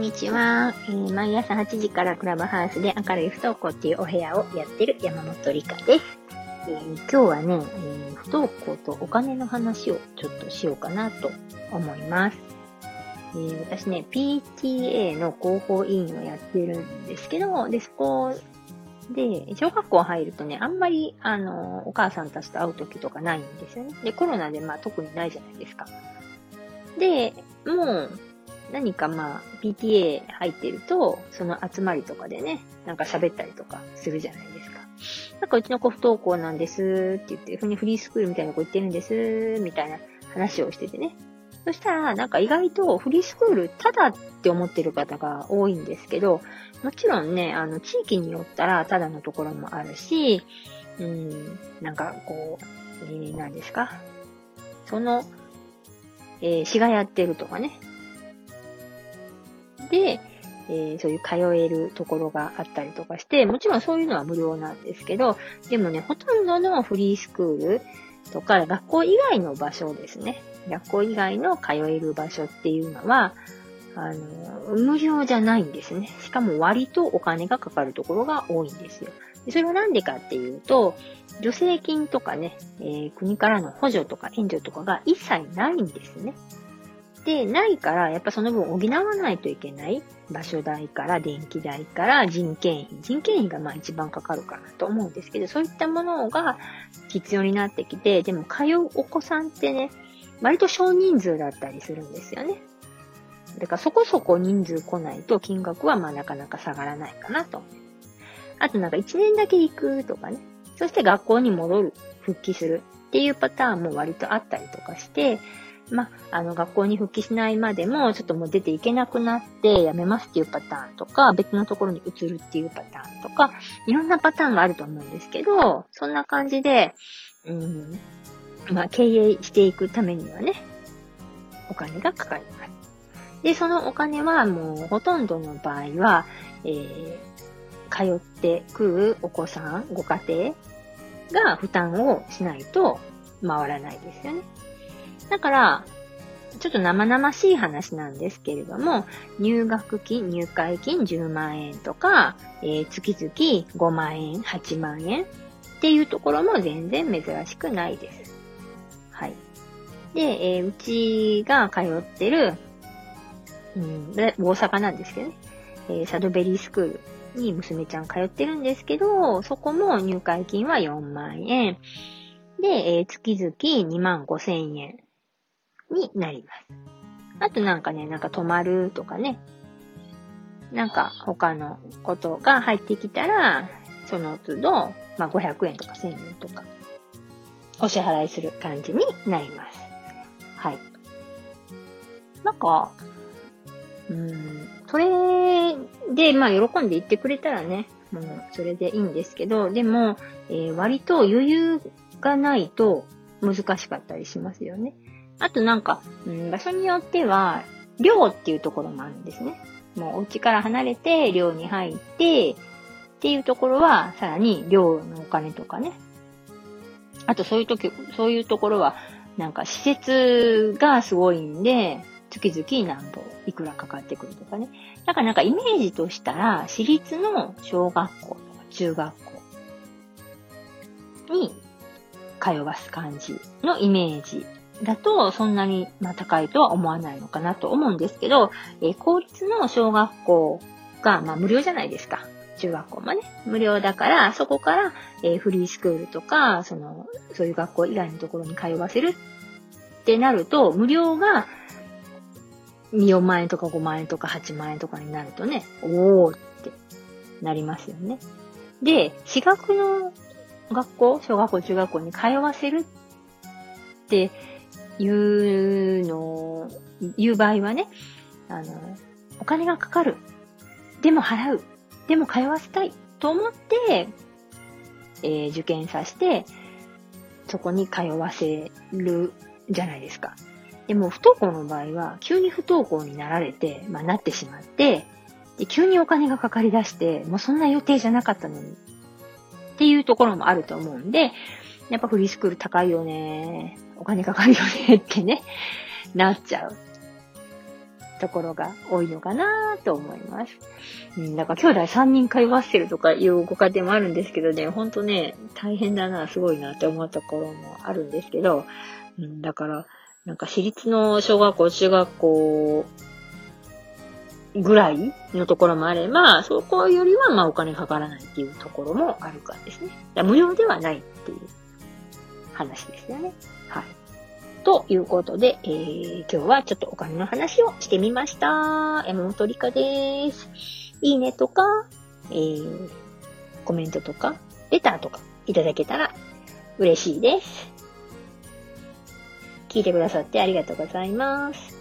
にちは、毎朝8時からクラブハウスで明るい不登校っていうお部屋をやってる山本理香です。今日はね、不登校とお金の話をちょっとしようかなと思います。私ね、PTA の広報委員をやってるんですけど、で、そこで、小学校入るとね、あんまり、お母さんたちと会う時とかないんですよね。で、コロナで特にないじゃないですか。で、もう、何かPTA 入ってると、その集まりとかでね、なんか喋ったりとかするじゃないですか。なんかうちの子不登校なんですって言って、フリースクールみたいな子行ってるんです、みたいな話をしててね。そしたら、なんか意外とフリースクールただって思ってる方が多いんですけど、もちろんね、地域によったらただのところもあるし、なんかこう、何ですか。その、市がやってるとかね。で、そういう通えるところがあったりとかして、もちろんそういうのは無料なんですけど、でもね、ほとんどのフリースクールとか、学校以外の場所ですね。学校以外の通える場所っていうのは、無料じゃないんですね。しかも割とお金がかかるところが多いんですよ。でそれはなんでかっていうと、助成金とかね、国からの補助とか援助とかが一切ないんですね。で、ないから、やっぱその分補わないといけない。場所代から電気代から人件費。人件費が一番かかるかなと思うんですけど、そういったものが必要になってきて、でも通うお子さんってね、割と少人数だったりするんですよね。だからそこそこ人数来ないと金額はなかなか下がらないかなと。あとなんか1年だけ行くとかね。そして学校に戻る、復帰するっていうパターンも割とあったりとかして、学校に復帰しないまでも、ちょっともう出ていけなくなって辞めますっていうパターンとか、別のところに移るっていうパターンとか、いろんなパターンがあると思うんですけど、そんな感じで、経営していくためにはね、お金がかかります。で、そのお金はもうほとんどの場合は、通ってくるお子さん、ご家庭が負担をしないと回らないですよね。だから、ちょっと生々しい話なんですけれども、入学金、入会金10万円とか、月々5万円、8万円っていうところも全然珍しくないです。はい。で、うちが通ってる、大阪なんですけどね、サドベリースクールに娘ちゃん通ってるんですけど、そこも入会金は4万円。で、月々2万5千円。になります。あとなんか泊まるとかね。なんか他のことが入ってきたら、その都度、500円とか1000円とか、お支払いする感じになります。はい。なんか、それで、喜んで言ってくれたらね、もうそれでいいんですけど、でも、割と余裕がないと難しかったりしますよね。あと場所によっては、寮っていうところもあるんですね。もうお家から離れて寮に入って、っていうところは、さらに寮のお金とかね。あとそういうところは、施設がすごいんで、月々いくらかかってくるとかね。だからイメージとしたら、私立の小学校とか中学校に通わす感じのイメージだとそんなに高いとは思わないのかなと思うんですけど、公立の小学校が無料じゃないですか。中学校もね。無料だから、そこから、フリースクールとか、そういう学校以外のところに通わせるってなると、無料が4万円とか5万円とか8万円とかになるとね、おーってなりますよね。で、私学の学校、小学校、中学校に通わせるっていう場合はね、お金がかかる。でも払う。でも通わせたいと思って、受験させて、そこに通わせるじゃないですか。でも不登校の場合は、急に不登校になられて、なってしまって、で、急にお金がかかり出して、もうそんな予定じゃなかったのに、っていうところもあると思うんで、やっぱフリースクール高いよね、お金かかるよねってね、なっちゃう。 ところが多いのかなと思います。だから兄弟3人通わせてるとかいうご家庭もあるんですけどね、ほんとね、大変だな、すごいなって思うところもあるんですけど、だから、なんか私立の小学校、中学校ぐらいのところもあれば、そこよりはお金かからないっていうところもあるからですね。無料ではないっていう話ですよね。はい。ということで、今日はちょっとお金の話をしてみました。山本理香です。いいねとか、コメントとか、レターとかいただけたら嬉しいです。聞いてくださってありがとうございます。